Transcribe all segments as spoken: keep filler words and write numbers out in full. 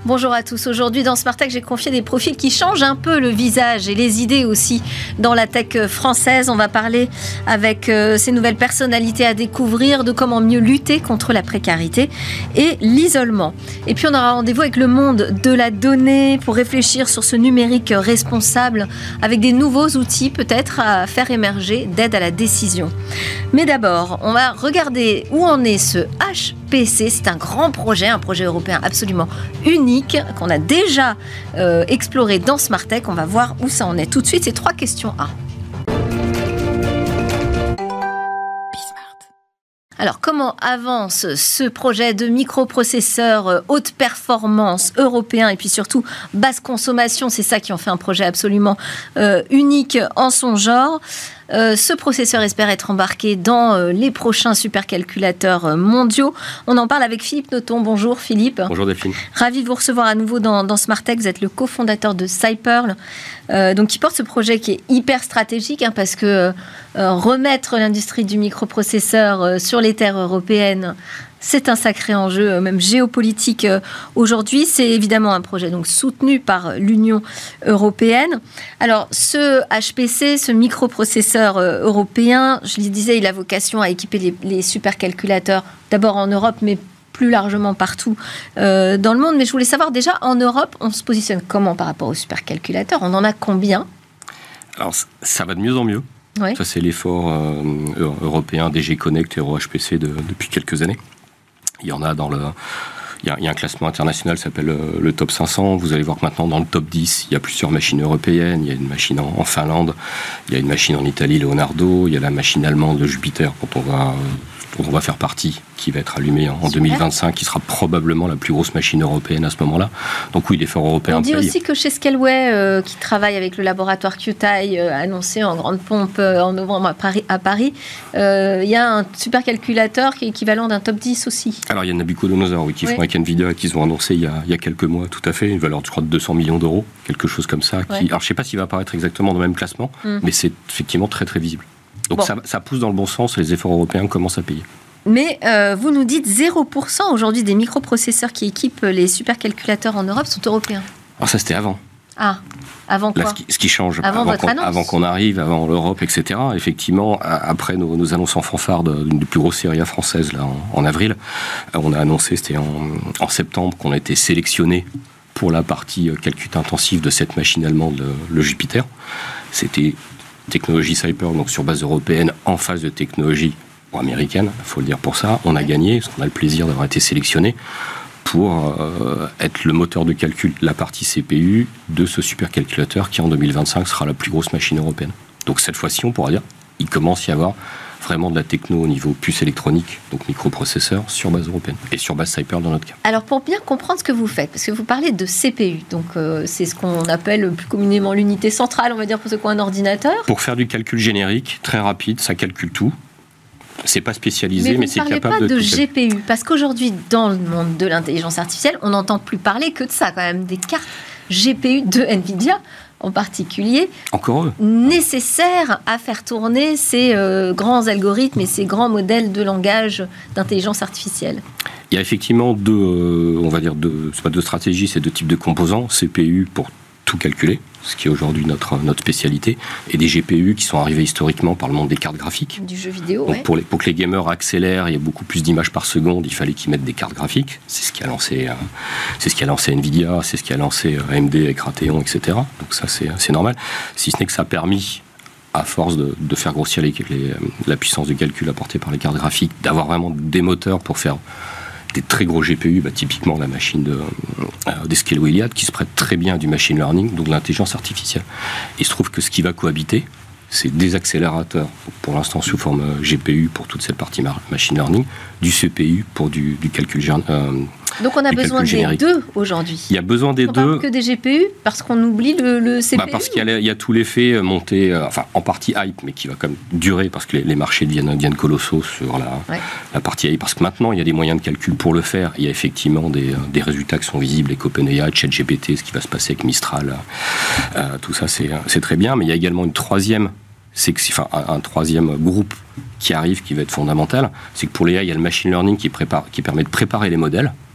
Bonjour à tous. Aujourd'hui dans Smart Tech, j'ai confié des profils qui changent un peu le visage et les idées aussi dans la tech française. On va parler avec euh, ces nouvelles personnalités à découvrir, de comment mieux lutter contre la précarité et l'isolement. Et puis on aura rendez-vous avec le monde de la donnée pour réfléchir sur ce numérique responsable avec des nouveaux outils peut-être à faire émerger d'aide à la décision. Mais d'abord, on va regarder où en est ce H P C. C'est un grand projet, un projet européen absolument unique qu'on a déjà euh, exploré dans Smart Tech. On va voir où ça en est. Tout de suite, c'est trois questions A. Alors, comment avance ce projet de microprocesseur haute performance européen et puis surtout basse consommation? C'est ça qui en fait un projet absolument euh, unique en son genre. Euh, ce processeur espère être embarqué dans euh, les prochains supercalculateurs euh, mondiaux. On en parle avec Philippe Noton. Bonjour Philippe. Bonjour Delphine. Ravi de vous recevoir à nouveau dans, dans Smart Tech. Vous êtes le cofondateur de Cyperl, euh, donc qui porte ce projet qui est hyper stratégique hein, parce que euh, remettre l'industrie du microprocesseur euh, sur les terres européennes, c'est un sacré enjeu, même géopolitique aujourd'hui. C'est évidemment un projet donc soutenu par l'Union européenne. Alors, ce H P C, ce microprocesseur européen, je le disais, il a vocation à équiper les, les supercalculateurs, d'abord en Europe, mais plus largement partout euh, dans le monde. Mais je voulais savoir déjà, en Europe, on se positionne comment par rapport aux supercalculateurs? On en a combien? Alors, ça va de mieux en mieux. Oui. Ça, c'est l'effort euh, européen D G Connect Euro H P C de, depuis quelques années. Il y en a dans le... Il y a, il y a un classement international qui s'appelle le, le Top cinq cents. Vous allez voir que maintenant, dans le Top dix, il y a plusieurs machines européennes. Il y a une machine en, en Finlande. Il y a une machine en Italie, Leonardo. Il y a la machine allemande, le Jupiter, dont on va, dont on va faire partie, qui va être allumée en, en deux mille vingt-cinq, qui sera probablement la plus grosse machine européenne à ce moment-là. Donc oui, l'effort européen. On dit paye. aussi que chez Scaleway, euh, qui travaille avec le laboratoire Q-Tile, euh, annoncé en grande pompe euh, en novembre à Paris, à Paris euh, il y a un supercalculateur qui est équivalent d'un top dix aussi. Alors il y a Nabucodonosor, oui, qui oui. font avec Nvidia, qu'ils ont annoncé il y, a, il y a quelques mois, tout à fait, une valeur, je crois, de deux cents millions d'euros, quelque chose comme ça. Qui, ouais. Alors je ne sais pas s'il va apparaître exactement dans le même classement, mm. mais c'est effectivement très très visible. Donc bon. ça, ça pousse dans le bon sens, les efforts européens commencent à payer. Mais euh, vous nous dites zéro pour cent aujourd'hui des microprocesseurs qui équipent les supercalculateurs en Europe sont européens. Alors ça c'était avant. Ah, avant quoi? Là, ce, qui, ce qui change, avant, avant, votre qu'on, annonce. avant qu'on arrive, avant l'Europe, et cetera. Effectivement, après nos, nos annonces en fanfare d'une des plus grosses séries françaises là, en, en avril, on a annoncé, c'était en, en septembre, qu'on a été sélectionné pour la partie calcul intensif de cette machine allemande, le, le Jupiter. C'était technologie Cyperl, donc sur base européenne, en phase de technologie américaine, il faut le dire pour ça. On a gagné, parce qu'on a le plaisir d'avoir été sélectionné pour euh, être le moteur de calcul, la partie C P U de ce supercalculateur qui en deux mille vingt-cinq sera la plus grosse machine européenne. Donc cette fois-ci, on pourra dire, il commence à y avoir vraiment de la techno au niveau puce électronique, donc microprocesseur, sur base européenne et sur base Cyperl dans notre cas. Alors pour bien comprendre ce que vous faites, parce que vous parlez de C P U, donc euh, c'est ce qu'on appelle plus communément l'unité centrale, on va dire pour ceux qui ont un ordinateur. Pour faire du calcul générique, très rapide, ça calcule tout. C'est pas spécialisé, mais, mais c'est capable de... Mais vous ne parlez pas de G P U, parce qu'aujourd'hui, dans le monde de l'intelligence artificielle, on n'entend plus parler que de ça, quand même, des cartes G P U de Nvidia, en particulier, encore eux. nécessaires à faire tourner ces euh, grands algorithmes et ces grands modèles de langage d'intelligence artificielle. Il y a effectivement deux, euh, on va dire deux, c'est pas deux stratégies, c'est deux types de composants. C P U pour tout calculer, ce qui est aujourd'hui notre, notre spécialité, et des G P U qui sont arrivés historiquement par le monde des cartes graphiques. Du jeu vidéo, Donc ouais. pour, les, pour que les gamers accélèrent, il y a beaucoup plus d'images par seconde, il fallait qu'ils mettent des cartes graphiques. C'est ce qui a lancé, euh, c'est ce qui a lancé Nvidia, c'est ce qui a lancé euh, A M D avec Radeon, et cetera. Donc ça, c'est, c'est normal. Si ce n'est que ça a permis, à force de, de faire grossir les, les, la puissance de calcul apportée par les cartes graphiques, d'avoir vraiment des moteurs pour faire des très gros G P U, bah, typiquement la machine de, euh, des Scaleway Iliad, qui se prête très bien à du machine learning, donc de l'intelligence artificielle. Il se trouve que ce qui va cohabiter, c'est des accélérateurs, pour l'instant sous forme G P U pour toute cette partie machine learning, du C P U pour du, du calcul euh, Donc on a besoin des deux aujourd'hui. Il y a besoin des on deux. Parle que des G P U parce qu'on oublie le, le C P U. Bah parce qu'il y a, il y a tout l'effet monté, euh, enfin en partie hype, mais qui va quand même durer parce que les, les marchés deviennent, deviennent colossaux sur la, ouais. la partie hype. Parce que maintenant il y a des moyens de calcul pour le faire. Il y a effectivement des, des résultats qui sont visibles avec OpenAI, ChatGPT, ce qui va se passer avec Mistral. Euh, tout ça c'est, c'est très bien. Mais il y a également une troisième. C'est que, enfin, un, un troisième groupe qui arrive, qui va être fondamental, c'est que pour l'A I, il y a le machine learning qui, prépare, qui permet de préparer les modèles.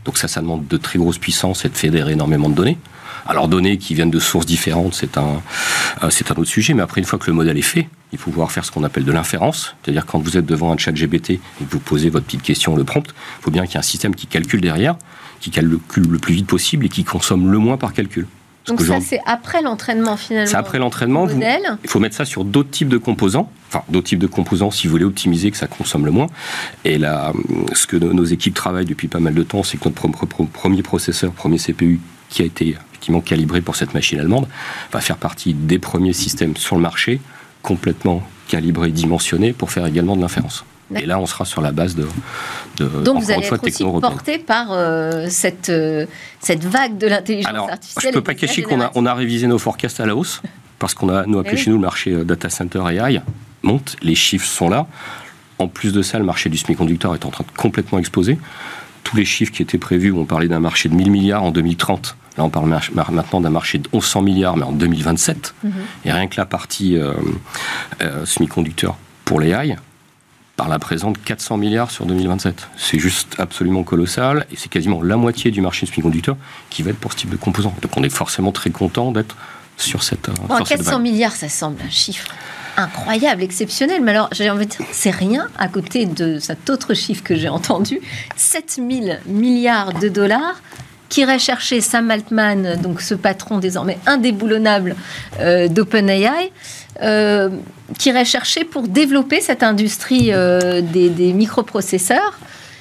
Donc ça, ça demande de très grosses puissances et de fédérer énormément de données. Alors, données qui viennent de sources différentes, c'est un, euh, c'est un autre sujet, mais après, une fois que le modèle est fait, il faut pouvoir faire ce qu'on appelle de l'inférence, c'est-à-dire quand vous êtes devant un chat G P T et que vous posez votre petite question, le prompt, il faut bien qu'il y ait un système qui calcule derrière, qui calcule le plus vite possible et qui consomme le moins par calcul. Donc ça, c'est après l'entraînement, finalement. C'est après l'entraînement. Vous, il faut mettre ça sur d'autres types de composants. Enfin, d'autres types de composants si vous voulez optimiser, que ça consomme le moins. Et là, ce que nos équipes travaillent depuis pas mal de temps, c'est que notre premier processeur, premier C P U, qui a été effectivement calibré pour cette machine allemande, va faire partie des premiers systèmes sur le marché, complètement calibrés, dimensionnés, pour faire également de l'inférence. D'accord. Et là, on sera sur la base de, de donc vous allez être aussi porté par euh, cette, euh, cette vague de l'intelligence Alors, artificielle. Je ne peux pas cacher qu'on a, on a révisé nos forecasts à la hausse, parce qu'on a, nous, appelé oui. chez nous, le marché data center A I monte, les chiffres sont là. En plus de ça, le marché du semi-conducteur est en train de complètement exploser. Tous les chiffres qui étaient prévus, on parlait d'un marché de mille milliards en deux mille trente. Là, on parle maintenant d'un marché de mille cent milliards, mais en deux mille vingt-sept. Mm-hmm. Et rien que la partie euh, euh, semi-conducteur pour les A I, par la présente quatre cents milliards sur deux mille vingt-sept. C'est juste absolument colossal, et c'est quasiment la moitié du marché semi-conducteur qui va être pour ce type de composants. Donc on est forcément très content d'être sur cette, bon, sur quatre cents cette milliards, ça semble un chiffre incroyable, exceptionnel, mais alors j'ai envie de dire, c'est rien à côté de cet autre chiffre que j'ai entendu, sept mille milliards de dollars qu'irait chercher Sam Altman, donc ce patron désormais indéboulonnable euh, d'OpenAI, euh, qu'irait chercher pour développer cette industrie euh, des, des microprocesseurs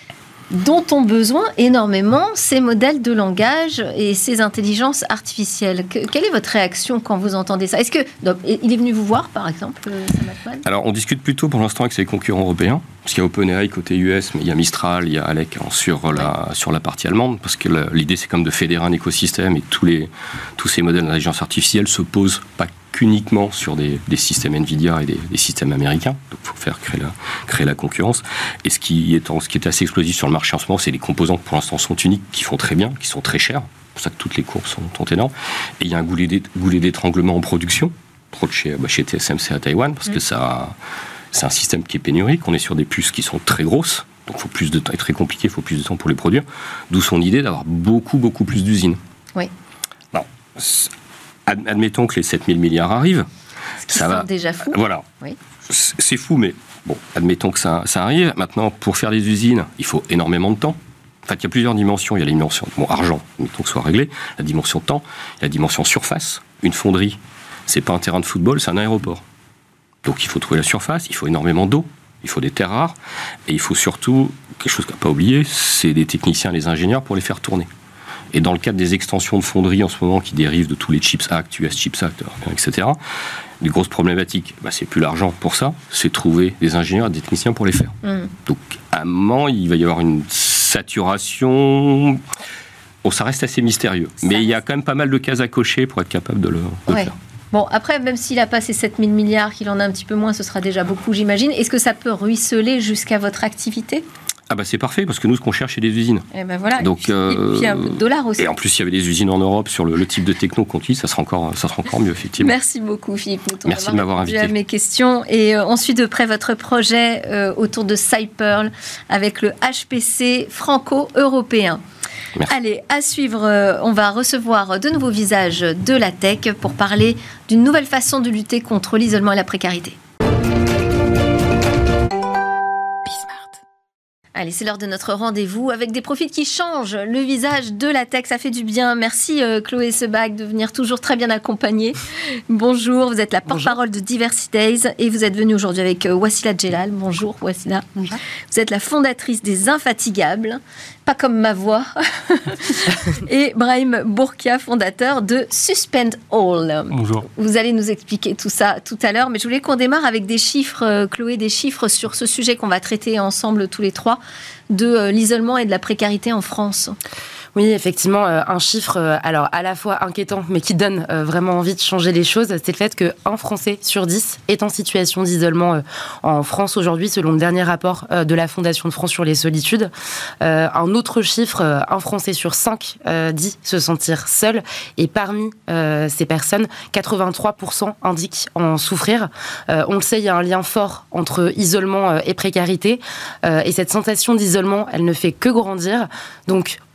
dont ont besoin énormément ces modèles de langage et ces intelligences artificielles. Que, quelle est votre réaction quand vous entendez ça ? Est-ce que donc, il est venu vous voir, par exemple, Sam Altman ? Alors, on discute plutôt pour l'instant avec ses concurrents européens, parce qu'il y a OpenAI côté U S, mais il y a Mistral, il y a Alec sur, ouais. la, sur la partie allemande, parce que la, l'idée, c'est comme de fédérer un écosystème, et tous, les, tous ces modèles d'intelligence artificielle se posent pas uniquement sur des, des systèmes Nvidia et des, des systèmes américains. Donc, il faut faire créer la, créer la concurrence. Et ce qui, est, ce qui est assez explosif sur le marché en ce moment, c'est les composants qui, pour l'instant, sont uniques, qui font très bien, qui sont très chers. C'est pour ça que toutes les courbes sont, sont énormes. Et il y a un goulet, goulet d'étranglement en production, trop de chez, bah, chez T S M C à Taïwan, parce mmh. que ça, c'est un système qui est pénurique. On est sur des puces qui sont très grosses. Donc, il faut plus de temps, c'est très compliqué, il faut plus de temps pour les produire. D'où son idée d'avoir beaucoup, beaucoup plus d'usines. Oui. Non. Admettons que les sept mille milliards arrivent. Ce qui ça va déjà fou. Voilà. Oui. C'est fou, mais bon, admettons que ça, ça arrive. Maintenant, pour faire des usines, il faut énormément de temps. En fait, il y a plusieurs dimensions. Il y a la dimension bon, argent, admettons que ce soit réglé, la dimension temps, la dimension surface. Une fonderie, c'est pas un terrain de football, c'est un aéroport. Donc, il faut trouver la surface, il faut énormément d'eau, il faut des terres rares, et il faut surtout, quelque chose qu'on n'a pas oublié, c'est des techniciens, les ingénieurs pour les faire tourner. Et dans le cadre des extensions de fonderies en ce moment qui dérivent de tous les Chips Act, U S Chips Act, et cetera, des grosses problématiques, bah, c'est plus l'argent pour ça, c'est trouver des ingénieurs et des techniciens pour les faire. Mmh. Donc, à un moment, il va y avoir une saturation. Bon, ça reste assez mystérieux. Ça mais reste... il y a quand même pas mal de cases à cocher pour être capable de le, de ouais. le faire. Bon, après, même s'il n'a pas ces sept mille milliards, qu'il en a un petit peu moins, ce sera déjà beaucoup, j'imagine. Est-ce que ça peut ruisseler jusqu'à votre activité ? Ah bah c'est parfait, parce que nous, ce qu'on cherche, c'est des usines. Et ben voilà, donc, et, puis, euh, et puis un peu de dollars aussi. Et en plus, s'il y avait des usines en Europe sur le, le type de techno qu'on utilise, ça sera encore, ça sera encore mieux, effectivement. Merci beaucoup, Philippe Mouton. Merci de m'avoir invité. À mes questions. Et euh, ensuite, de près, votre projet euh, autour de Cypearl avec le H P C franco-européen. Merci. Allez, à suivre, euh, on va recevoir de nouveaux visages de la tech pour parler d'une nouvelle façon de lutter contre l'isolement et la précarité. Allez, c'est l'heure de notre rendez-vous avec des profils qui changent le visage de la tech. Ça fait du bien. Merci euh, Chloé Sebag de venir toujours très bien accompagnée. Bonjour, vous êtes la porte-parole de Diversity Days et vous êtes venue aujourd'hui avec euh, Wassila Djellal. Bonjour Wassila. Bonjour. Vous êtes la fondatrice des Infatigables, pas comme ma voix. Et Brahim Bourkia, fondateur de Suspend All. Bonjour. Vous allez nous expliquer tout ça tout à l'heure, mais je voulais qu'on démarre avec des chiffres, euh, Chloé, des chiffres sur ce sujet qu'on va traiter ensemble tous les trois, de euh, l'isolement et de la précarité en France. Oui, effectivement, euh, un chiffre euh, alors à la fois inquiétant, mais qui donne euh, vraiment envie de changer les choses, c'est le fait qu'un Français sur dix est en situation d'isolement euh, en France aujourd'hui, selon le dernier rapport euh, de la Fondation de France sur les solitudes. Euh, un autre chiffre, euh, un Français sur cinq euh, dit se sentir seul, et parmi euh, ces personnes, quatre-vingt-trois pour cent indiquent en souffrir. Euh, on le sait, il y a un lien fort entre isolement euh, et précarité, euh, et cette sensation d'isolement, elle ne fait que grandir. Donc,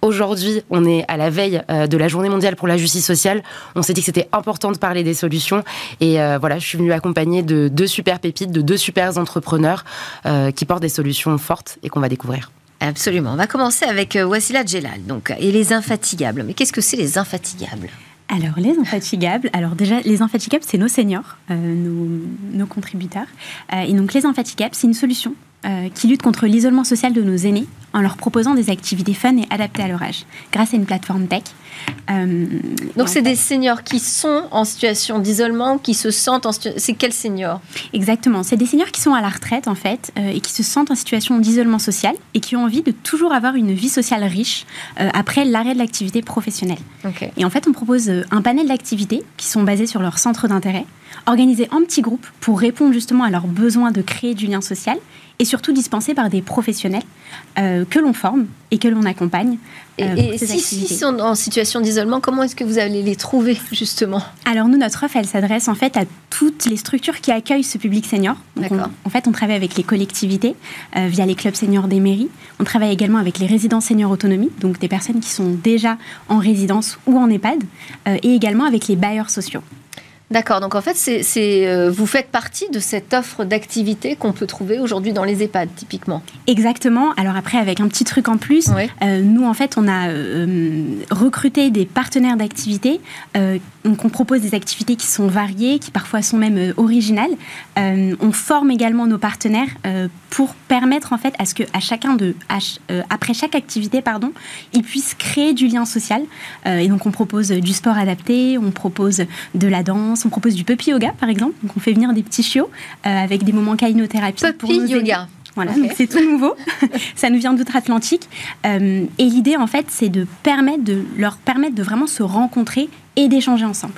Aujourd'hui, on est à la veille euh, de la Journée mondiale pour la justice sociale. On s'est dit que c'était important de parler des solutions. Et euh, voilà, je suis venue accompagnée de deux super pépites, de deux super entrepreneurs euh, qui portent des solutions fortes et qu'on va découvrir. Absolument. On va commencer avec euh, Wassila Djellal, donc, et les infatigables. Mais qu'est-ce que c'est les infatigables ? Alors, les infatigables, alors déjà, les infatigables, c'est nos seniors, euh, nos, nos contributeurs. Euh, et donc, les infatigables, c'est une solution euh, qui lutte contre l'isolement social de nos aînés en leur proposant des activités fun et adaptées à leur âge, grâce à une plateforme tech. Euh, donc, c'est des seniors qui sont en situation d'isolement, qui se sentent en situation... C'est quels seniors ? Exactement. C'est des seniors qui sont à la retraite, en fait, euh, et qui se sentent en situation d'isolement social et qui ont envie de toujours avoir une vie sociale riche euh, après l'arrêt de l'activité professionnelle. Okay. Et en fait, on propose un panel d'activités qui sont basées sur leur centre d'intérêt, organisées en petits groupes pour répondre justement à leurs besoins de créer du lien social et surtout dispensés par des professionnels euh, que l'on forme et que l'on accompagne. Euh, et et si, s'ils sont en situation d'isolement, comment est-ce que vous allez les trouver, justement ? Alors nous, notre offre, elle s'adresse en fait à toutes les structures qui accueillent ce public senior. Donc on, en fait, on travaille avec les collectivités euh, via les clubs seniors des mairies. On travaille également avec les résidents seniors autonomie, donc des personnes qui sont déjà en résidence ou en EHPAD, euh, et également avec les bailleurs sociaux. D'accord, donc en fait, c'est, c'est, euh, vous faites partie de cette offre d'activité qu'on peut trouver aujourd'hui dans les EHPAD, typiquement. Exactement. Alors après, avec un petit truc en plus, oui. euh, nous, en fait, on a euh, recruté des partenaires d'activité. Euh, donc, on propose des activités qui sont variées, qui parfois sont même euh, originales. Euh, on forme également nos partenaires euh, pour permettre, en fait, à ce que à chacun de, à, euh, après chaque activité, pardon, ils puissent créer du lien social. Euh, et donc, on propose du sport adapté, on propose de la danse, on propose du puppy yoga, par exemple. Donc, on fait venir des petits chiots euh, avec des moments kainothérapie. Puppy yoga. Voilà, okay. Donc c'est tout nouveau. Ça nous vient d'outre-Atlantique. Euh, et l'idée, en fait, c'est de, permettre de leur permettre de vraiment se rencontrer et d'échanger ensemble.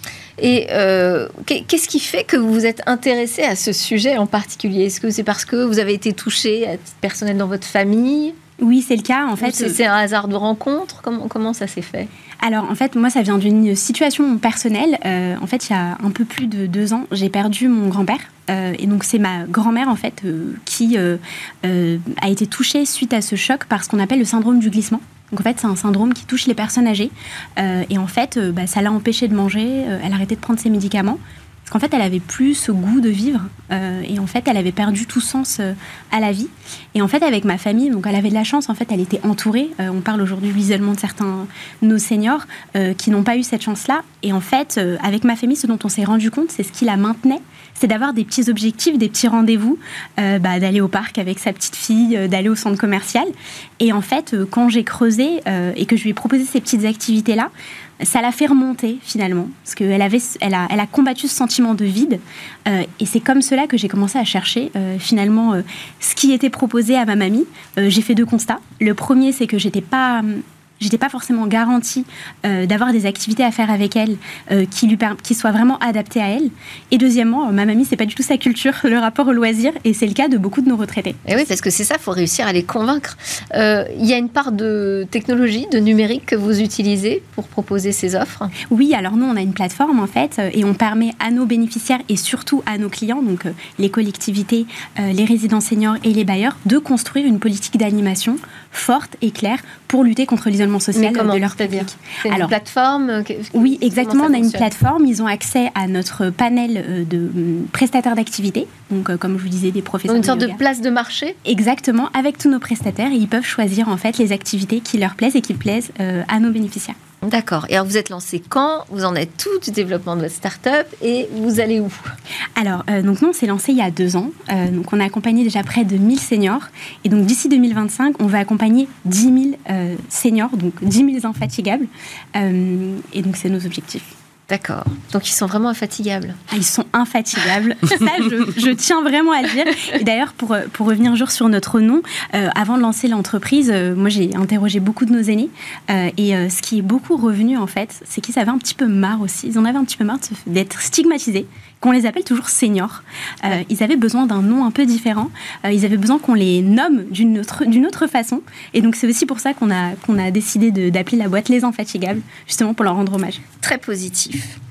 Et euh, qu'est-ce qui fait que vous vous êtes intéressé à ce sujet en particulier ? Est-ce que c'est parce que vous avez été touché à titre personnel dans votre famille ? Oui, c'est le cas. En fait, c'est, c'est un hasard de rencontre ? Comment, comment ça s'est fait ? Alors, en fait, moi, ça vient d'une situation personnelle. Euh, en fait, il y a un peu plus de deux ans, j'ai perdu mon grand-père. Euh, et donc, c'est ma grand-mère, en fait, euh, qui euh, euh, a été touchée suite à ce choc par ce qu'on appelle le syndrome du glissement. Donc, en fait, c'est un syndrome qui touche les personnes âgées. Euh, et en fait, euh, bah, ça l'a empêchée de manger. Euh, elle a arrêté de prendre ses médicaments. Parce qu'en fait, elle avait plus ce goût de vivre. Euh, et en fait, elle avait perdu tout sens euh, à la vie. Et en fait, avec ma famille, donc elle avait de la chance. En fait, elle était entourée. Euh, on parle aujourd'hui de l'isolement de certains de nos seniors euh, qui n'ont pas eu cette chance-là. Et en fait, euh, avec ma famille, ce dont on s'est rendu compte, c'est ce qui la maintenait. C'est d'avoir des petits objectifs, des petits rendez-vous, euh, bah, d'aller au parc avec sa petite fille, euh, d'aller au centre commercial. Et en fait, euh, quand j'ai creusé euh, et que je lui ai proposé ces petites activités-là, ça l'a fait remonter finalement, parce qu'elle avait, elle a, elle a combattu ce sentiment de vide, euh, et c'est comme cela que j'ai commencé à chercher euh, finalement euh, ce qui était proposé à ma mamie. Euh, j'ai fait deux constats. Le premier, c'est que j'étais pas J'étais pas forcément garantie euh, d'avoir des activités à faire avec elle euh, qui, lui per- qui soient vraiment adaptées à elle. Et deuxièmement, ma mamie, c'est pas du tout sa culture, le rapport au loisir, et c'est le cas de beaucoup de nos retraités. Et oui, parce que c'est ça, il faut réussir à les convaincre. Il euh, y a une part de technologie, de numérique que vous utilisez pour proposer ces offres ? Oui, alors nous, on a une plateforme en fait, et on permet à nos bénéficiaires et surtout à nos clients, donc euh, les collectivités, euh, les résidents seniors et les bailleurs, de construire une politique d'animation forte et claire pour lutter contre l'isolement social comment, de leur public. C'est une Alors, plateforme que, Oui, exactement. On a une plateforme. Ils ont accès à notre panel de prestataires d'activités. Donc, comme je vous disais, des professeurs donc une de sorte yoga. de place de marché. Exactement, avec tous nos prestataires. Et ils peuvent choisir en fait les activités qui leur plaisent et qui plaisent euh, à nos bénéficiaires. D'accord. Et alors, vous êtes lancé quand ? Vous en êtes tout du développement de votre start-up et vous allez où ? Alors, euh, donc nous, on s'est lancé il y a deux ans. Euh, donc, on a accompagné déjà près de mille seniors. Et donc, d'ici deux mille vingt-cinq, on va accompagner dix mille euh, seniors, donc dix mille infatigables. Euh, et donc, c'est nos objectifs. D'accord. Donc, ils sont vraiment infatigables. Ah, ils sont infatigables. Ça, je, je tiens vraiment à le dire. Et d'ailleurs, pour, pour revenir un jour sur notre nom, euh, avant de lancer l'entreprise, euh, moi, j'ai interrogé beaucoup de nos aînés. Euh, et euh, ce qui est beaucoup revenu, en fait, c'est qu'ils avaient un petit peu marre aussi. Ils en avaient un petit peu marre de, d'être stigmatisés, qu'on les appelle toujours seniors. Euh, ouais. Ils avaient besoin d'un nom un peu différent. Euh, ils avaient besoin qu'on les nomme d'une autre, d'une autre façon. Et donc, c'est aussi pour ça qu'on a, qu'on a décidé de, d'appeler la boîte Les Infatigables, justement pour leur rendre hommage. Très positif.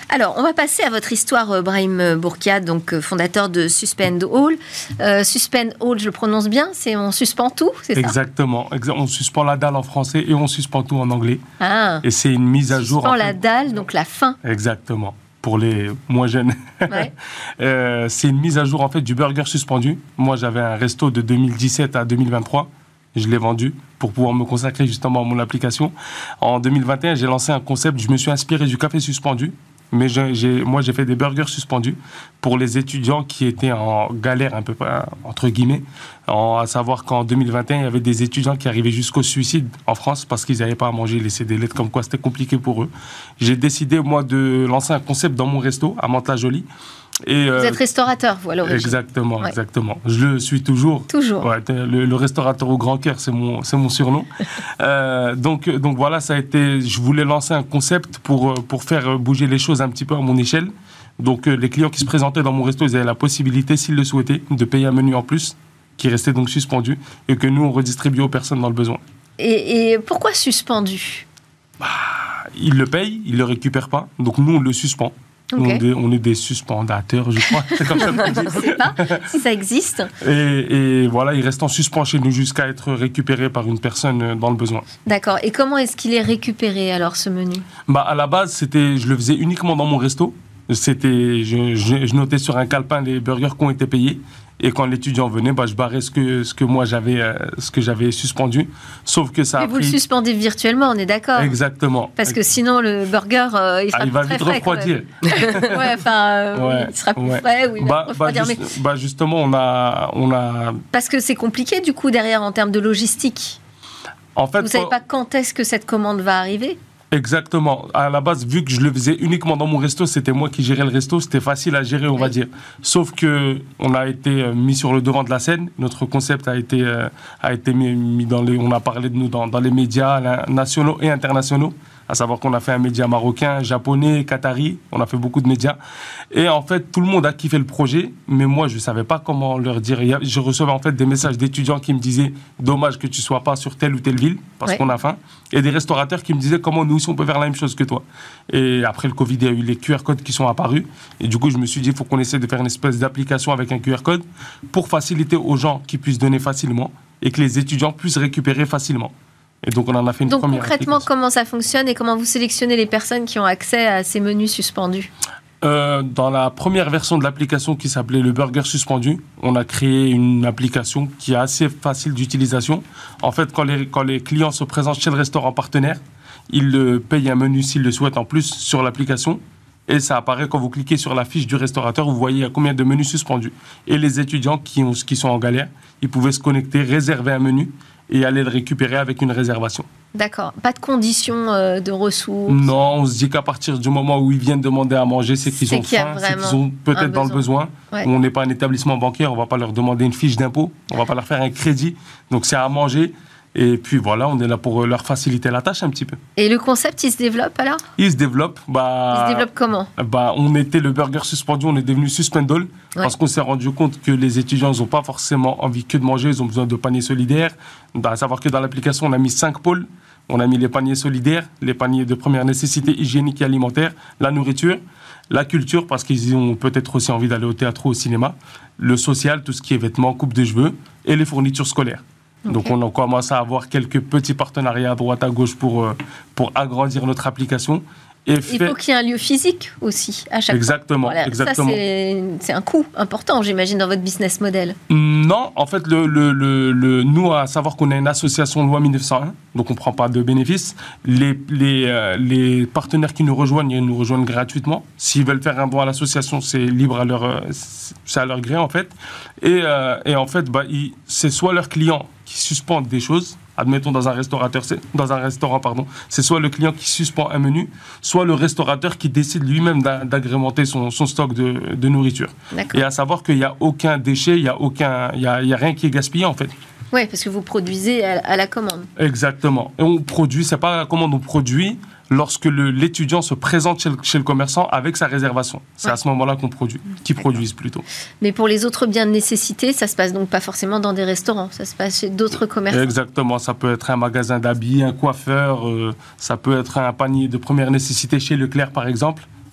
Alors, on va passer à votre histoire, Brahim Bourkia, donc fondateur de Suspend All. Euh, Suspend All, je le prononce bien, c'est on suspend tout, c'est ça? Exactement. On suspend la dalle en français et on suspend tout en anglais. Ah. Et c'est une mise à jour. Suspend la fait. dalle, donc la fin. Exactement. Pour les moins jeunes. Ouais. euh, c'est une mise à jour en fait du burger suspendu. Moi, j'avais un resto de deux mille dix-sept à deux mille vingt-trois. Je l'ai vendu pour pouvoir me consacrer justement à mon application. En deux mille vingt et un, j'ai lancé un concept. Je me suis inspiré du café suspendu. Mais j'ai, j'ai, moi, j'ai fait des burgers suspendus pour les étudiants qui étaient en galère, un peu, entre guillemets. En, à savoir qu'en deux mille vingt et un, il y avait des étudiants qui arrivaient jusqu'au suicide en France parce qu'ils n'avaient pas à manger, laisser des lettres, comme quoi c'était compliqué pour eux. J'ai décidé, moi, de lancer un concept dans mon resto à Mantes-la-Jolie. Et, vous euh, êtes restaurateur, vous, à l'origine. Exactement, ouais. exactement. Je le suis toujours. Toujours. Ouais, le, le restaurateur au grand cœur, c'est mon, c'est mon surnom. euh, donc, donc voilà, ça a été. Je voulais lancer un concept pour, pour faire bouger les choses un petit peu à mon échelle. Donc les clients qui se présentaient dans mon resto, ils avaient la possibilité, s'ils le souhaitaient, de payer un menu en plus, qui restait donc suspendu, et que nous, on redistribuait aux personnes dans le besoin. Et, et pourquoi suspendu? Bah, ils le payent, ils ne le récupèrent pas, donc nous, on le suspend. Okay. On, est des, on est des suspendateurs, je crois. C'est comme ça qu'on dit. Je ne sais pas si ça existe. Et, et voilà, il reste en suspens chez nous jusqu'à être récupéré par une personne dans le besoin. D'accord. Et comment est-ce qu'il est récupéré, alors, ce menu? Bah, à la base, c'était, je le faisais uniquement dans mon resto. C'était, je, je, je notais sur un calepin les burgers qui ont été payés. Et quand l'étudiant venait, bah, je barrais ce que, ce que moi j'avais, euh, ce que j'avais suspendu. Sauf que ça a Et vous pris... le suspendez virtuellement, on est d'accord? Exactement. Parce que sinon, le burger, euh, il sera ah, il va très vite frais, refroidir. ouais, enfin, euh, ouais, il sera plus ouais. frais. Oui, bah, bah, juste, mais... bah, justement, on a, on a... Parce que c'est compliqué, du coup, derrière, en termes de logistique. En fait, vous ne savez pas quand est-ce que cette commande va arriver? Exactement. À la base, vu que je le faisais uniquement dans mon resto, c'était moi qui gérais le resto, c'était facile à gérer, on oui. va dire. Sauf que on a été mis sur le devant de la scène. Notre concept a été euh, a été mis, mis dans les, on a parlé de nous dans, dans les médias nationaux et internationaux. À savoir qu'on a fait un média marocain, japonais, qatari, on a fait beaucoup de médias. Et en fait, tout le monde a kiffé le projet, mais moi, je ne savais pas comment leur dire. Je recevais en fait des messages d'étudiants qui me disaient « Dommage que tu ne sois pas sur telle ou telle ville, parce ouais. qu'on a faim. » Et des restaurateurs qui me disaient « Comment nous aussi, on peut faire la même chose que toi ?» Et après le Covid, il y a eu les Q R codes qui sont apparus. Et du coup, je me suis dit « Il faut qu'on essaie de faire une espèce d'application avec un Q R code pour faciliter aux gens qui puissent donner facilement et que les étudiants puissent récupérer facilement. » Et donc, on en a fait une donc, première. Donc, concrètement, comment ça fonctionne et comment vous sélectionnez les personnes qui ont accès à ces menus suspendus? euh, Dans la première version de l'application qui s'appelait le Burger Suspendu, on a créé une application qui est assez facile d'utilisation. En fait, quand les, quand les clients se présentent chez le restaurant partenaire, ils euh, payent un menu s'ils le souhaitent en plus sur l'application. Et ça apparaît quand vous cliquez sur la fiche du restaurateur, vous voyez à combien de menus suspendus. Et les étudiants qui, ont, qui sont en galère, ils pouvaient se connecter, réserver un menu et aller le récupérer avec une réservation. D'accord. Pas de conditions euh, de ressources? Non, on se dit qu'à partir du moment où ils viennent demander à manger, c'est qu'ils c'est ont faim, c'est qu'ils sont peut-être dans le besoin. Ouais. On n'est pas un établissement bancaire, on ne va pas leur demander une fiche d'impôt, on ne va pas leur faire un crédit. Donc c'est à manger. Et puis voilà, on est là pour leur faciliter la tâche un petit peu. Et le concept, il se développe alors? Il se développe. Bah, il se développe comment? bah, On était le burger suspendu, on est devenu Suspend All, ouais. Parce qu'on s'est rendu compte que les étudiants n'ont pas forcément envie que de manger, ils ont besoin de paniers solidaires. Bah, à savoir que dans l'application, on a mis cinq pôles. On a mis les paniers solidaires, les paniers de première nécessité hygiénique et alimentaire, la nourriture, la culture, parce qu'ils ont peut-être aussi envie d'aller au théâtre ou au cinéma, le social, tout ce qui est vêtements, coupe de cheveux, et les fournitures scolaires. Okay. Donc on a commencé à avoir quelques petits partenariats à droite à gauche pour, euh, pour agrandir notre application. Et Il fait... faut qu'il y ait un lieu physique aussi à chaque exactement, fois. Voilà. Exactement. Ça, c'est, c'est un coût important, j'imagine, dans votre business model. Non, en fait, le, le, le, le, nous, à savoir qu'on a une association loi mille neuf cent un, donc on ne prend pas de bénéfices. Les, les, euh, les partenaires qui nous rejoignent, ils nous rejoignent gratuitement. S'ils veulent faire un don à l'association, c'est libre à leur, euh, c'est à leur gré, en fait. Et, euh, et en fait, bah, ils, c'est soit leurs clients qui suspendent des choses. Admettons, dans un, restaurateur, c'est, dans un restaurant, pardon, c'est soit le client qui suspend un menu, soit le restaurateur qui décide lui-même d'a, d'agrémenter son, son stock de, de nourriture. D'accord. Et à savoir qu'il n'y a aucun déchet, il n'y a, aucun, il y a, il y a rien qui est gaspillé, en fait. Oui, parce que vous produisez à, à la commande. Exactement. Et on produit, c'est pas à la commande, on produit lorsque le, l'étudiant se présente chez le, chez le commerçant avec sa réservation. C'est ouais. à ce moment-là qu'on produit, qu'ils D'accord. produisent plutôt. Mais pour les autres biens de nécessité, ça se passe donc pas forcément dans des restaurants, ça se passe chez d'autres commerçants. Exactement, ça peut être un magasin d'habits, un coiffeur, euh, ça peut être un panier de première nécessité chez Leclerc par exemple.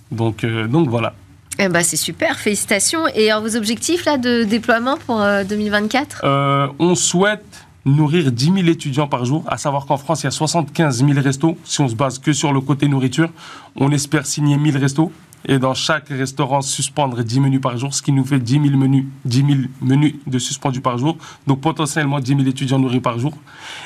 Donc, euh, donc voilà. Eh ben, c'est super, félicitations. Et alors, vos objectifs là, de déploiement pour euh, deux mille vingt-quatre euh, On souhaite nourrir dix mille étudiants par jour, à savoir qu'en France, il y a soixante-quinze mille restos. Si on se base que sur le côté nourriture, on espère signer mille restos. Et dans chaque restaurant, suspendre dix menus par jour, ce qui nous fait dix mille menus, dix mille menus de suspendus par jour. Donc potentiellement dix mille étudiants nourris par jour.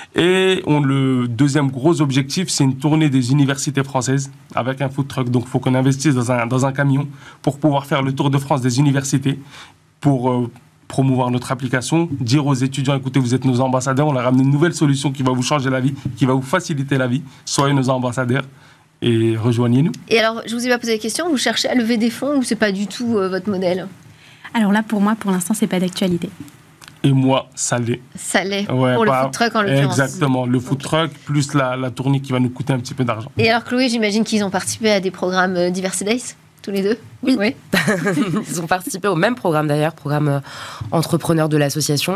Et on, le deuxième gros objectif, c'est une tournée des universités françaises avec un food truck. Donc il faut qu'on investisse dans un, dans un camion pour pouvoir faire le tour de France des universités, pour euh, promouvoir notre application, dire aux étudiants, écoutez, vous êtes nos ambassadeurs, on leur ramène une nouvelle solution qui va vous changer la vie, qui va vous faciliter la vie. Soyez nos ambassadeurs. Et rejoignez-nous. Et alors, je vous ai pas posé la question, vous cherchez à lever des fonds ou c'est pas du tout euh, votre modèle? Alors là, pour moi, pour l'instant, c'est pas d'actualité. Et moi, ça l'est. Ça l'est, ouais, pour pas, le food truck en l'occurrence. Exactement, le food okay. truck plus la, la tournée qui va nous coûter un petit peu d'argent. Et alors, Chloé, j'imagine qu'ils ont participé à des programmes euh, Diversity Days, tous les deux? Oui, oui. Ils ont participé au même programme d'ailleurs, programme euh, entrepreneur de l'association.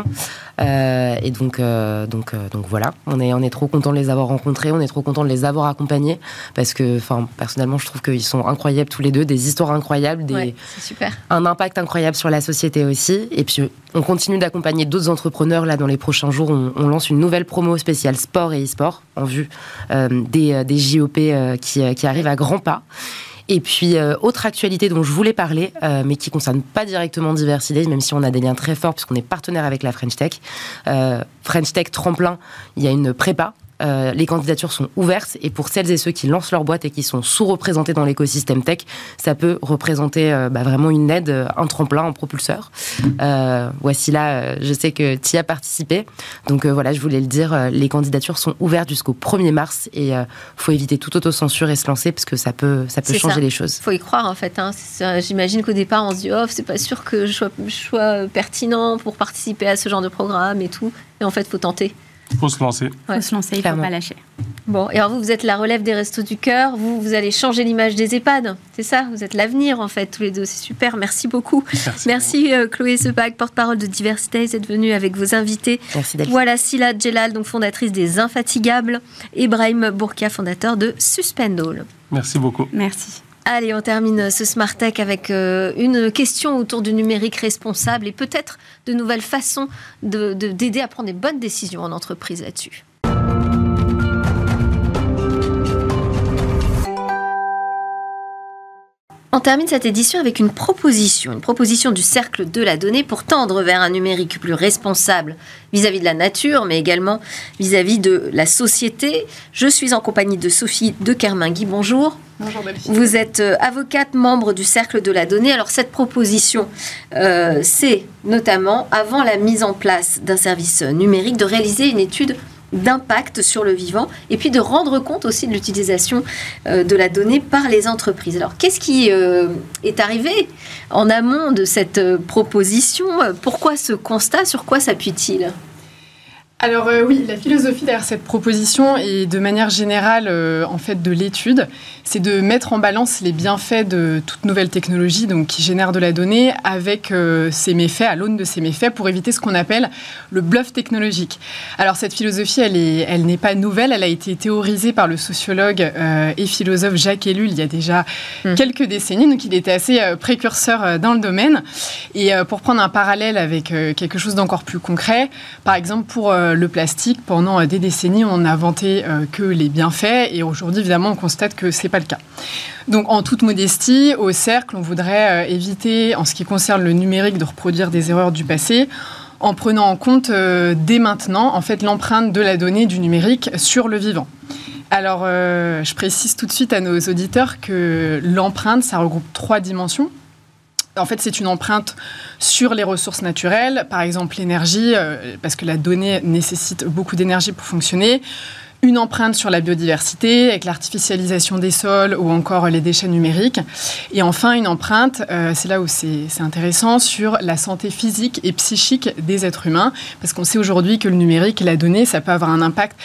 Euh, et donc, euh, donc, euh, donc voilà, on est, on est trop content de les avoir rencontrés, on est trop content de les avoir accompagnés parce que, enfin, personnellement, je trouve qu'ils sont incroyables tous les deux, des histoires incroyables, des, ouais, c'est super. Un impact incroyable sur la société aussi. Et puis, on continue d'accompagner d'autres entrepreneurs. Là, dans les prochains jours, on, on lance une nouvelle promo spéciale sport et e-sport en vue euh, des, des J O P euh, qui, qui arrivent à grands pas. Et puis, euh, autre actualité dont je voulais parler, euh, mais qui ne concerne pas directement Diversity Days, même si on a des liens très forts, puisqu'on est partenaire avec la French Tech. Euh, French Tech Tremplin, il y a une prépa. Euh, les candidatures sont ouvertes et pour celles et ceux qui lancent leur boîte et qui sont sous-représentés dans l'écosystème tech, ça peut représenter euh, bah, vraiment une aide, un tremplin, un propulseur. Euh, voici là, euh, je sais que tu y as participé. Donc euh, voilà, je voulais le dire, euh, les candidatures sont ouvertes jusqu'au premier mars et il euh, faut éviter toute autocensure et se lancer parce que ça peut, ça peut c'est changer ça. les choses. Il faut y croire en fait. Hein. Ça, j'imagine qu'au départ, on se dit oh, c'est pas sûr que je sois, je sois pertinent pour participer à ce genre de programme et tout. Et en fait, il faut tenter. Il faut se lancer. Il ouais. faut se lancer, il ne faut pas lâcher. Bon, et alors vous, vous êtes la relève des Restos du Cœur. Vous, vous allez changer l'image des EHPAD. C'est ça? Vous êtes l'avenir, en fait, tous les deux. C'est super. Merci beaucoup. Merci, Merci euh, Chloé Sebac, porte-parole de Diversity Days, d'être venue avec vos invités. Merci d'être Voilà Sila Djellal, donc fondatrice des Infatigables. Et Brahim Bourkia, fondateur de Suspendall. Merci beaucoup. Merci. Allez, on termine ce Smart Tech avec euh, une question autour du numérique responsable et peut-être de nouvelles façons de, de, d'aider à prendre des bonnes décisions en entreprise là-dessus. On termine cette édition avec une proposition, une proposition du Cercle de la Donnée pour tendre vers un numérique plus responsable vis-à-vis de la nature, mais également vis-à-vis de la société. Je suis en compagnie de Sophie de Kermingui. Bonjour. Bonjour Delphine. Vous êtes avocate, membre du Cercle de la Donnée. Alors cette proposition, euh, c'est notamment, avant la mise en place d'un service numérique, de réaliser une étude d'impact sur le vivant et puis de rendre compte aussi de l'utilisation euh, de la donnée par les entreprises. Alors, qu'est-ce qui euh, est arrivé en amont de cette euh, proposition? Pourquoi ce constat? Sur quoi s'appuie-t-il? Alors euh, oui, la philosophie derrière cette proposition et de manière générale euh, en fait de l'étude, c'est de mettre en balance les bienfaits de toute nouvelle technologie donc qui génère de la donnée avec euh, ses méfaits, à l'aune de ses méfaits, pour éviter ce qu'on appelle le bluff technologique. Alors cette philosophie, elle est, elle n'est pas nouvelle, elle a été théorisée par le sociologue euh, et philosophe Jacques Ellul il y a déjà mmh. quelques décennies, donc il était assez euh, précurseur euh, dans le domaine. Et euh, pour prendre un parallèle avec euh, quelque chose d'encore plus concret, par exemple pour euh, le plastique, pendant des décennies, on n'a vanté euh, que les bienfaits et aujourd'hui, évidemment, on constate que ce n'est pas le cas. Donc, en toute modestie, au Cercle, on voudrait euh, éviter, en ce qui concerne le numérique, de reproduire des erreurs du passé en prenant en compte euh, dès maintenant, en fait, l'empreinte de la donnée du numérique sur le vivant. Alors, euh, je précise tout de suite à nos auditeurs que l'empreinte, ça regroupe trois dimensions. En fait, c'est une empreinte sur les ressources naturelles, par exemple l'énergie, euh, parce que la donnée nécessite beaucoup d'énergie pour fonctionner. Une empreinte sur la biodiversité, avec l'artificialisation des sols ou encore les déchets numériques. Et enfin, une empreinte, euh, c'est là où c'est, c'est intéressant, sur la santé physique et psychique des êtres humains. Parce qu'on sait aujourd'hui que le numérique et la donnée, ça peut avoir un impact,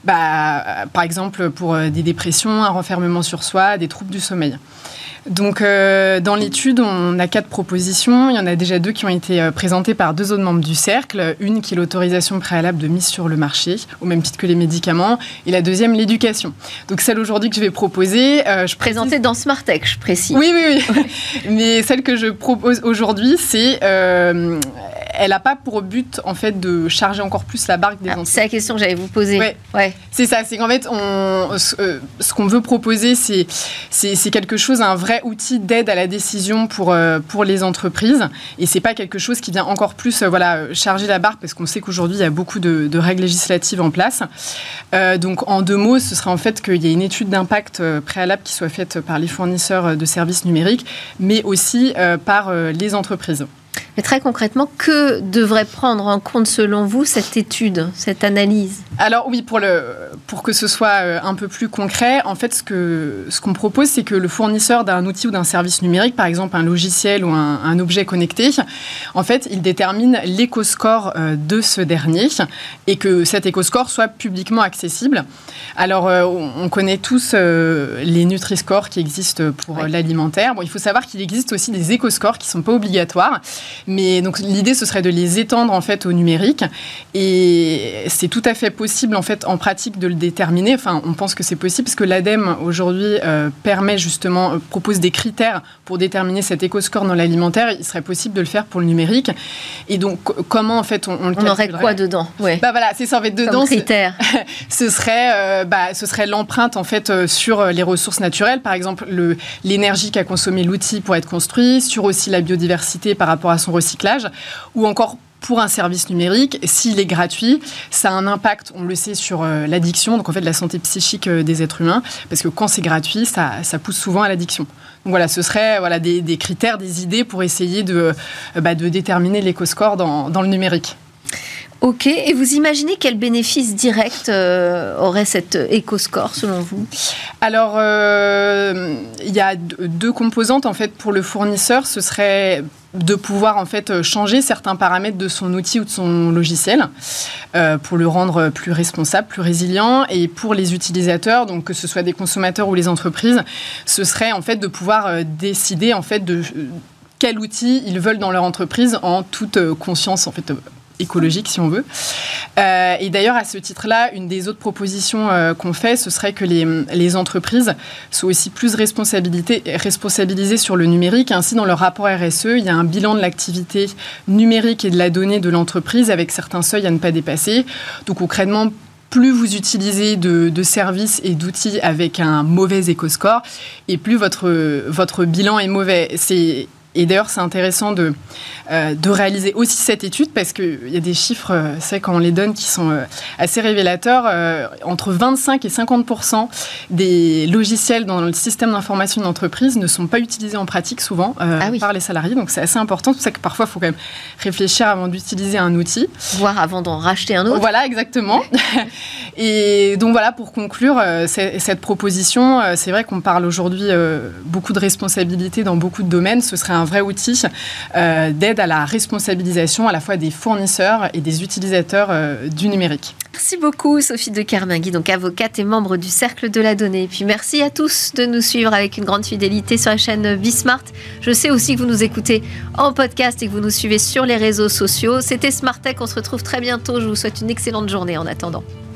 bah, par exemple, pour des dépressions, un renfermement sur soi, des troubles du sommeil. Donc, euh, dans l'étude, on a quatre propositions. Il y en a déjà deux qui ont été euh, présentées par deux autres membres du Cercle. Une qui est l'autorisation préalable de mise sur le marché, au même titre que les médicaments, et la deuxième, l'éducation. Donc celle aujourd'hui que je vais proposer... Euh, je Présentée précise... dans Smartech, je précise. Oui, oui, oui. Mais celle que je propose aujourd'hui, c'est... Euh, elle n'a pas pour but, en fait, de charger encore plus la barque des ah, entreprises. C'est la question que j'allais vous poser. Ouais. Ouais. C'est ça, c'est qu'en fait, on, ce, euh, ce qu'on veut proposer, c'est, c'est, c'est quelque chose, un vrai outil d'aide à la décision pour, euh, pour les entreprises. Et ce n'est pas quelque chose qui vient encore plus euh, voilà, charger la barque, parce qu'on sait qu'aujourd'hui, il y a beaucoup de, de règles législatives en place. Euh, donc, en deux mots, ce serait en fait qu'il y ait une étude d'impact euh, préalable qui soit faite par les fournisseurs de services numériques, mais aussi euh, par euh, les entreprises. Mais très concrètement, que devrait prendre en compte selon vous cette étude, cette analyse ? Alors oui, pour, le, pour que ce soit un peu plus concret, en fait, ce, que, ce qu'on propose, c'est que le fournisseur d'un outil ou d'un service numérique, par exemple un logiciel ou un, un objet connecté, en fait, il détermine l'éco-score de ce dernier et que cet éco-score soit publiquement accessible. Alors, on connaît tous les Nutri-Score qui existent pour ouais. l'alimentaire. Bon, il faut savoir qu'il existe aussi des éco-scores qui ne sont pas obligatoires. Mais donc l'idée, ce serait de les étendre en fait au numérique, et c'est tout à fait possible en fait en pratique de le déterminer. Enfin, on pense que c'est possible parce que l'ADEME aujourd'hui euh, permet justement euh, propose des critères pour déterminer cet éco-score dans l'alimentaire. Il serait possible de le faire pour le numérique. Et donc comment en fait on, on le On aurait quoi dedans ? Ouais. Bah voilà, c'est ça en fait dedans. Comme critère. Ce serait euh, bah ce serait l'empreinte en fait euh, sur les ressources naturelles, par exemple le l'énergie qu'a consommé l'outil pour être construit, sur aussi la biodiversité par rapport à son recyclage, ou encore pour un service numérique, s'il est gratuit, ça a un impact, on le sait, sur euh, l'addiction, donc en fait la santé psychique euh, des êtres humains, parce que quand c'est gratuit, ça, ça pousse souvent à l'addiction. Donc voilà, ce serait voilà, des, des critères, des idées pour essayer de, euh, bah, de déterminer l'éco-score dans, dans le numérique. Ok, et vous imaginez quel bénéfice direct euh, aurait cet éco-score selon vous ? Alors, euh, il y a deux composantes en fait pour le fournisseur. Ce serait de pouvoir en fait changer certains paramètres de son outil ou de son logiciel euh, pour le rendre plus responsable, plus résilient. Et pour les utilisateurs, donc que ce soit des consommateurs ou les entreprises, ce serait en fait de pouvoir euh, décider en fait de euh, quel outil ils veulent dans leur entreprise en toute euh, conscience en fait. Euh, écologique, si on veut. Euh, et d'ailleurs, à ce titre-là, une des autres propositions euh, qu'on fait, ce serait que les, les entreprises soient aussi plus responsabilisées sur le numérique. Ainsi, dans leur rapport R S E, il y a un bilan de l'activité numérique et de la donnée de l'entreprise avec certains seuils à ne pas dépasser. Donc, concrètement, plus vous utilisez de, de services et d'outils avec un mauvais éco-score, et plus votre, votre bilan est mauvais. C'est Et d'ailleurs, c'est intéressant de, euh, de réaliser aussi cette étude parce qu'il y a des chiffres, euh, c'est quand on les donne, qui sont euh, assez révélateurs. Euh, entre vingt-cinq et cinquante pour cent des logiciels dans le système d'information d'entreprise ne sont pas utilisés en pratique souvent euh, ah oui. par les salariés. Donc, c'est assez important. C'est pour ça que parfois, il faut quand même réfléchir avant d'utiliser un outil. Voire avant d'en racheter un autre. Voilà, exactement. Et donc, voilà, pour conclure, euh, cette proposition, euh, c'est vrai qu'on parle aujourd'hui euh, beaucoup de responsabilité dans beaucoup de domaines. Ce serait un un vrai outil euh, d'aide à la responsabilisation à la fois des fournisseurs et des utilisateurs euh, du numérique. Merci beaucoup Sophie de Kermingui, donc avocate et membre du Cercle de la Donnée. Et puis merci à tous de nous suivre avec une grande fidélité sur la chaîne Bismart. Je sais aussi que vous nous écoutez en podcast et que vous nous suivez sur les réseaux sociaux. C'était Smartech, on se retrouve très bientôt. Je vous souhaite une excellente journée en attendant.